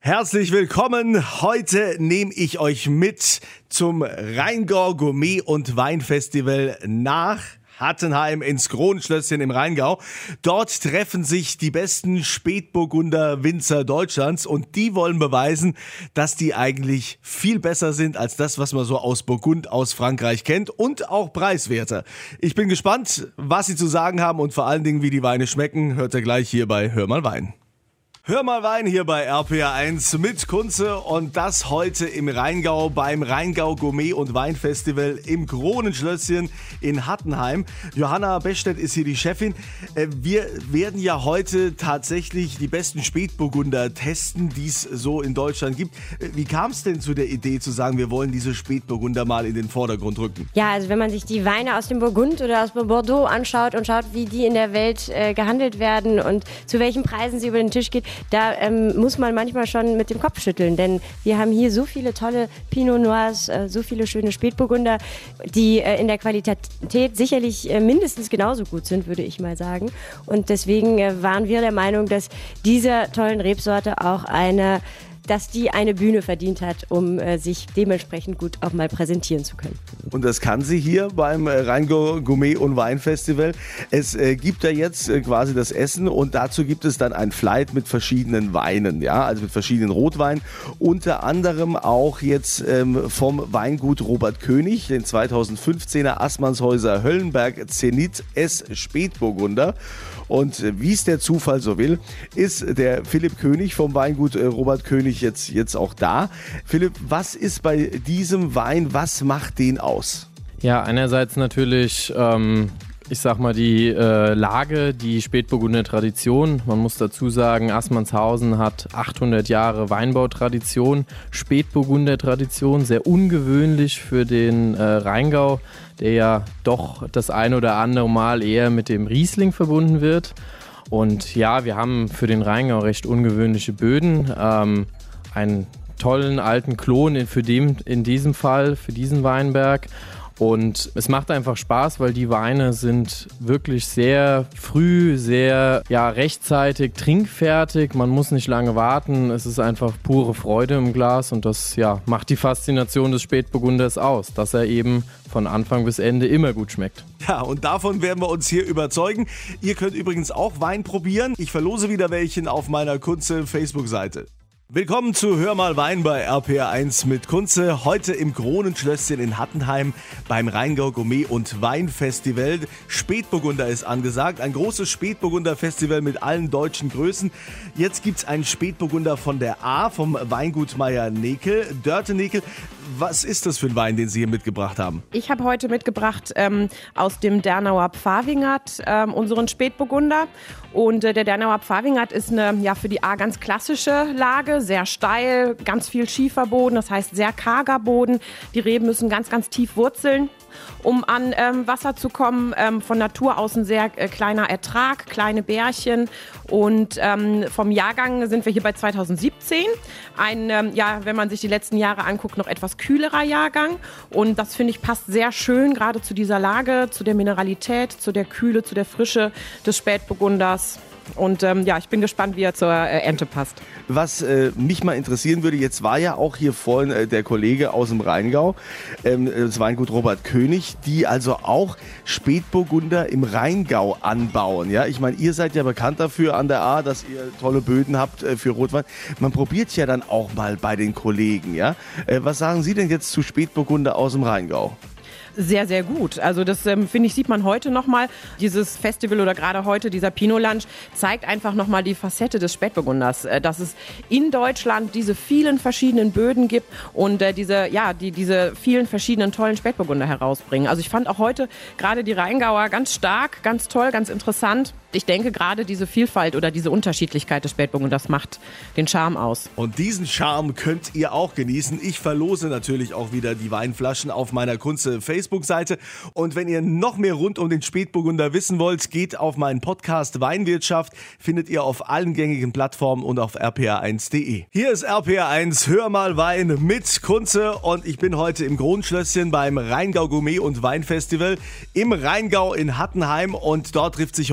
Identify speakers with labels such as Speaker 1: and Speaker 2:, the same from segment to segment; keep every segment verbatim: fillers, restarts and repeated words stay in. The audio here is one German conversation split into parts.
Speaker 1: Herzlich willkommen. Heute nehme ich euch mit zum Rheingau Gourmet- und Weinfestival nach Hattenheim ins Kronenschlösschen im Rheingau. Dort treffen sich die besten Spätburgunder Winzer Deutschlands und die wollen beweisen, dass die eigentlich viel besser sind als das, was man so aus Burgund aus Frankreich kennt und auch preiswerter. Ich bin gespannt, was sie zu sagen haben und vor allen Dingen, wie die Weine schmecken. Hört ihr gleich hier bei Hör mal Wein. Hör mal Wein hier bei R P R eins mit Kunze und das heute im Rheingau beim Rheingau Gourmet- und Weinfestival im Kronenschlösschen in Hattenheim. Johanna Bechstedt ist hier die Chefin. Wir werden ja heute tatsächlich die besten Spätburgunder testen, die es so in Deutschland gibt. Wie kam es denn zu der Idee zu sagen, wir wollen diese Spätburgunder mal in den Vordergrund rücken?
Speaker 2: Ja, also wenn man sich die Weine aus dem Burgund oder aus Bordeaux anschaut und schaut, wie die in der Welt äh, gehandelt werden und zu welchen Preisen sie über den Tisch geht, da ähm, muss man manchmal schon mit dem Kopf schütteln, denn wir haben hier so viele tolle Pinot Noirs, äh, so viele schöne Spätburgunder, die äh, in der Qualität sicherlich äh, mindestens genauso gut sind, würde ich mal sagen. Und deswegen äh, waren wir der Meinung, dass dieser tollen Rebsorte auch eine dass die eine Bühne verdient hat, um äh, sich dementsprechend gut auch mal präsentieren zu können.
Speaker 1: Und das kann sie hier beim äh, Rheingau Gourmet- und Weinfestival. Es äh, gibt da jetzt äh, quasi das Essen und dazu gibt es dann ein Flight mit verschiedenen Weinen, ja, also mit verschiedenen Rotweinen. Unter anderem auch jetzt ähm, vom Weingut Robert König, den zweitausendfünfzehner Assmannshäuser Höllenberg Zenit S Spätburgunder. Und äh, wie es der Zufall so will, ist der Philipp König vom Weingut äh, Robert König jetzt, jetzt auch da. Philipp, was ist bei diesem Wein, was macht den aus?
Speaker 3: Ja, einerseits natürlich, ähm, ich sag mal, die äh, Lage, die Spätburgunder Tradition. Man muss dazu sagen, Assmannshausen hat achthundert Jahre Weinbautradition, Spätburgunder Tradition, sehr ungewöhnlich für den äh, Rheingau, der ja doch das ein oder andere Mal eher mit dem Riesling verbunden wird. Und ja, wir haben für den Rheingau recht ungewöhnliche Böden. Ähm, einen tollen alten Klon in, für dem, in diesem Fall, für diesen Weinberg. Und es macht einfach Spaß, weil die Weine sind wirklich sehr früh, sehr ja, rechtzeitig trinkfertig. Man muss nicht lange warten. Es ist einfach pure Freude im Glas und das ja, macht die Faszination des Spätburgunders aus, dass er eben von Anfang bis Ende immer gut schmeckt.
Speaker 1: Ja, und davon werden wir uns hier überzeugen. Ihr könnt übrigens auch Wein probieren. Ich verlose wieder welchen auf meiner Kunze-Facebook-Seite. Willkommen zu Hör mal Wein bei R P R eins mit Kunze. Heute im Kronenschlösschen in Hattenheim beim Rheingau Gourmet- und Weinfestival. Spätburgunder ist angesagt. Ein großes Spätburgunder-Festival mit allen deutschen Größen. Jetzt gibt es einen Spätburgunder von der A, vom Weingut Meier-Nekel. Dörte Nekel, was ist das für ein Wein, den Sie hier mitgebracht haben?
Speaker 4: Ich habe heute mitgebracht ähm, aus dem Dernauer Pfavingert ähm, unseren Spätburgunder. Und äh, der Dernauer Pfavingert ist eine ja, für die A ganz klassische Lage, sehr steil, ganz viel Schieferboden, das heißt sehr karger Boden. Die Reben müssen ganz, ganz tief wurzeln, um an ähm, Wasser zu kommen. Ähm, von Natur aus ein sehr äh, kleiner Ertrag, kleine Bärchen. Und ähm, vom Jahrgang sind wir hier bei zweitausendsiebzehn. Ein, ähm, ja, wenn man sich die letzten Jahre anguckt, noch etwas kühlerer Jahrgang. Und das, finde ich, passt sehr schön gerade zu dieser Lage, zu der Mineralität, zu der Kühle, zu der Frische des Spätburgunders. Und ähm, ja, ich bin gespannt, wie er zur äh, Ernte passt.
Speaker 1: Was äh, mich mal interessieren würde, jetzt war ja auch hier vorhin äh, der Kollege aus dem Rheingau, ähm, das Weingut Robert König, die also auch Spätburgunder im Rheingau anbauen. Ja, ich meine, ihr seid ja bekannt dafür an der A, dass ihr tolle Böden habt äh, für Rotwein. Man probiert ja dann auch mal bei den Kollegen. Ja, äh, was sagen Sie denn jetzt zu Spätburgunder aus dem Rheingau?
Speaker 4: Sehr, sehr gut. Also das, ähm, finde ich, sieht man heute nochmal. Dieses Festival oder gerade heute, dieser Pinot Lunch, zeigt einfach nochmal die Facette des Spätburgunders. Äh, dass es in Deutschland diese vielen verschiedenen Böden gibt und äh, diese, ja, die diese vielen verschiedenen tollen Spätburgunder herausbringen. Also ich fand auch heute gerade die Rheingauer ganz stark, ganz toll, ganz interessant. Ich denke, gerade diese Vielfalt oder diese Unterschiedlichkeit des Spätburgunders macht den Charme aus.
Speaker 1: Und diesen Charme könnt ihr auch genießen. Ich verlose natürlich auch wieder die Weinflaschen auf meiner Kunze Facebook-Seite. Und wenn ihr noch mehr rund um den Spätburgunder wissen wollt, geht auf meinen Podcast Weinwirtschaft. Findet ihr auf allen gängigen Plattformen und auf r p r eins punkt d e. Hier ist R P R eins, Hör mal Wein mit Kunze. Und ich bin heute im Kronenschlösschen beim Rheingau Gourmet- und Weinfestival im Rheingau in Hattenheim. Und dort trifft sich heute die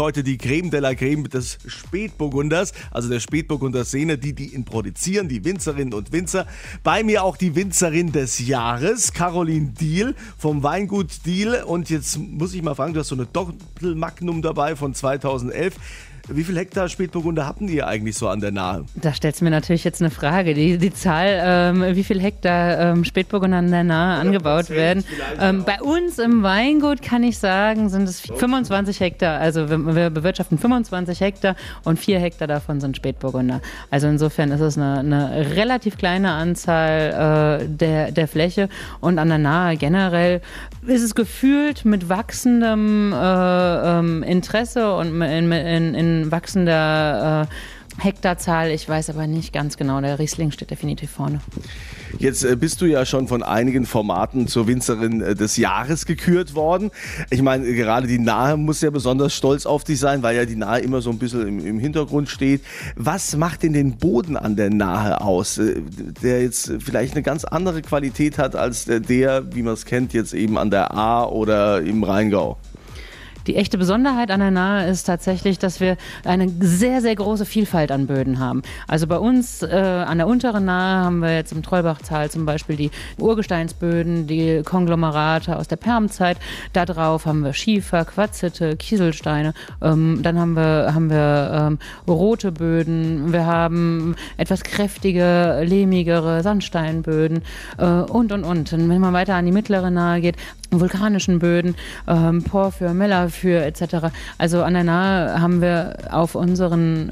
Speaker 1: Creme de la Creme des Spätburgunders, also der Spätburgunder-Szene, die, die ihn produzieren, die Winzerinnen und Winzer. Bei mir auch die Winzerin des Jahres, Caroline Diehl vom Weingut Diehl. Und jetzt muss ich mal fragen, du hast so eine Doppelmagnum dabei von zweitausendelf. Wie viel Hektar Spätburgunder hatten ihr eigentlich so an der Nahe?
Speaker 5: Da stellst du mir natürlich jetzt eine Frage. Die, die Zahl, ähm, wie viel Hektar ähm, Spätburgunder an der Nahe angebaut werden. Ähm, bei uns im Weingut kann ich sagen, sind es fünfundzwanzig Hektar. Also wir, wir bewirtschaften fünfundzwanzig Hektar und vier Hektar davon sind Spätburgunder. Also insofern ist es eine, eine relativ kleine Anzahl äh, der, der Fläche. Und an der Nahe generell ist es gefühlt mit wachsendem äh, ähm, Interesse und in, in, in wachsender äh, Hektarzahl. Ich weiß aber nicht ganz genau. Der Riesling steht definitiv vorne.
Speaker 1: Jetzt äh, bist du ja schon von einigen Formaten zur Winzerin äh, des Jahres gekürt worden. Ich meine, gerade die Nahe muss ja besonders stolz auf dich sein, weil ja die Nahe immer so ein bisschen im, im Hintergrund steht. Was macht denn den Boden an der Nahe aus, äh, der jetzt vielleicht eine ganz andere Qualität hat als der, der wie man es kennt, jetzt eben an der Ahr oder im Rheingau?
Speaker 5: Die echte Besonderheit an der Nahe ist tatsächlich, dass wir eine sehr, sehr große Vielfalt an Böden haben. Also bei uns äh, an der unteren Nahe haben wir jetzt im Trollbachtal zum Beispiel die Urgesteinsböden, die Konglomerate aus der Permzeit. Da drauf haben wir Schiefer, Quarzite, Kieselsteine. Ähm, dann haben wir, haben wir ähm, rote Böden. Wir haben etwas kräftige, lehmigere Sandsteinböden äh, und, und, und. Und wenn man weiter an die mittlere Nahe geht, vulkanischen Böden, ähm, Porphyr, Mellaphyr et cetera. Also an der Nahe haben wir auf unseren,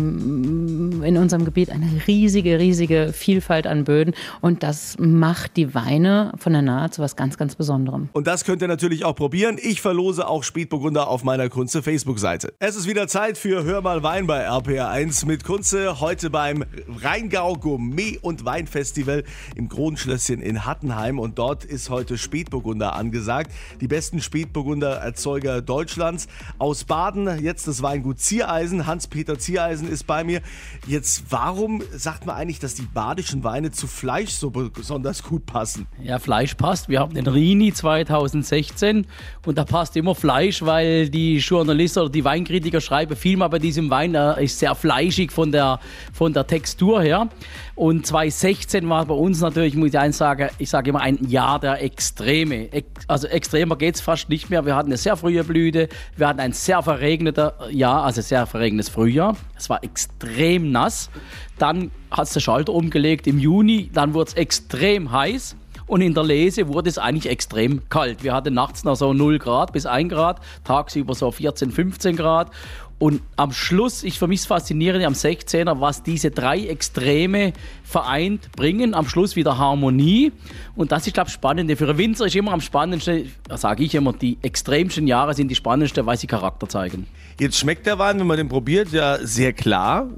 Speaker 5: ähm, in unserem Gebiet eine riesige, riesige Vielfalt an Böden und das macht die Weine von der Nahe zu was ganz, ganz Besonderem.
Speaker 1: Und das könnt ihr natürlich auch probieren. Ich verlose auch Spätburgunder auf meiner Kunze Facebook-Seite. Es ist wieder Zeit für Hör mal Wein bei R P R eins mit Kunze. Heute beim Rheingau Gourmet- und Weinfestival im Kronenschlösschen in Hattenheim und dort ist heute Spätburgunder angesagt. Gesagt, die besten Spätburgunder-Erzeuger Deutschlands aus Baden, jetzt das Weingut Ziereisen. Hans-Peter Ziereisen ist bei mir. Jetzt, warum sagt man eigentlich, dass die badischen Weine zu Fleisch so besonders gut passen?
Speaker 6: Ja, Fleisch passt. Wir haben den Rini zweitausendsechzehn und da passt immer Fleisch, weil die Journalisten oder die Weinkritiker schreiben viel mal bei diesem Wein, er ist sehr fleischig von der, von der Textur her. Und zweitausendsechzehn war bei uns natürlich, muss ich eins sagen, ich sage immer ein Jahr der Extreme. Also extremer geht es fast nicht mehr. Wir hatten eine sehr frühe Blüte, wir hatten ein sehr verregneter Jahr, also sehr verregnetes Frühjahr. Es war extrem nass. Dann hat es der Schalter umgelegt im Juni, dann wurde es extrem heiß. Und in der Lese wurde es eigentlich extrem kalt. Wir hatten nachts noch so null Grad bis ein Grad, tagsüber so vierzehn, fünfzehn Grad. Und am Schluss, ich für mich das Faszinierende am sechzehner, was diese drei Extreme vereint bringen, am Schluss wieder Harmonie. Und das ist, glaube ich, Spannende. Für einen Winzer ist immer am spannendsten, sage ich immer, die extremsten Jahre sind die spannendsten, weil sie Charakter zeigen.
Speaker 1: Jetzt schmeckt der Wein, wenn man den probiert, ja sehr klar.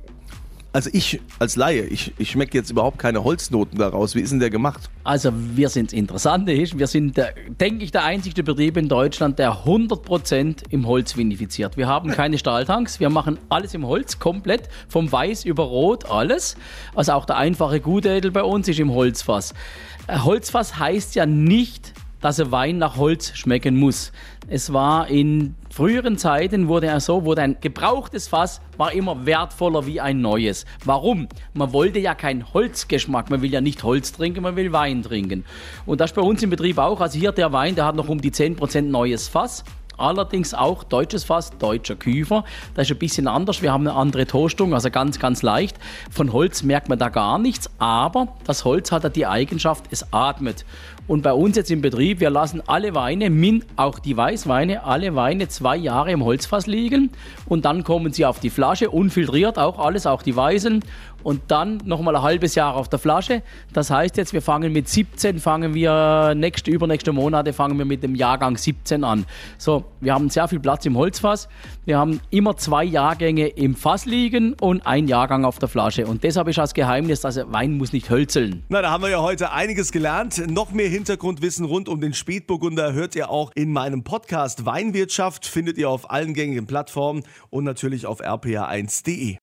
Speaker 1: Also ich als Laie, ich, ich schmecke jetzt überhaupt keine Holznoten daraus. Wie ist denn der gemacht?
Speaker 6: Also wir sind, das Interessante ist, wir sind, der, denke ich, der einzige Betrieb in Deutschland, der hundert Prozent im Holz vinifiziert. Wir haben keine Stahltanks, wir machen alles im Holz, komplett, vom Weiß über Rot, alles. Also auch der einfache Gutedel bei uns ist im Holzfass. Holzfass heißt ja nicht, dass ein Wein nach Holz schmecken muss. Es war in früheren Zeiten, wurde er so, wurde ein gebrauchtes Fass war immer wertvoller wie ein neues. Warum? Man wollte ja keinen Holzgeschmack, man will ja nicht Holz trinken, man will Wein trinken. Und das ist bei uns im Betrieb auch. Also hier der Wein, der hat noch um die zehn Prozent neues Fass. Allerdings auch deutsches Fass, deutscher Küfer. Das ist ein bisschen anders. Wir haben eine andere Toastung, also ganz, ganz leicht. Von Holz merkt man da gar nichts, aber das Holz hat ja die Eigenschaft, es atmet. Und bei uns jetzt im Betrieb, wir lassen alle Weine, auch die Weißweine, alle Weine zwei Jahre im Holzfass liegen und dann kommen sie auf die Flasche, unfiltriert auch alles, auch die Weißen. Und dann nochmal ein halbes Jahr auf der Flasche. Das heißt jetzt, wir fangen mit siebzehn, fangen wir nächste, übernächste Monate, fangen wir mit dem Jahrgang siebzehn an. So, wir haben sehr viel Platz im Holzfass. Wir haben immer zwei Jahrgänge im Fass liegen und ein Jahrgang auf der Flasche. Und deshalb ist das Geheimnis, dass Wein muss nicht hölzeln.
Speaker 1: Na, da haben wir ja heute einiges gelernt. Noch mehr Hintergrundwissen rund um den Spätburgunder hört ihr auch in meinem Podcast Weinwirtschaft. Findet ihr auf allen gängigen Plattformen und natürlich auf r p r eins punkt d e.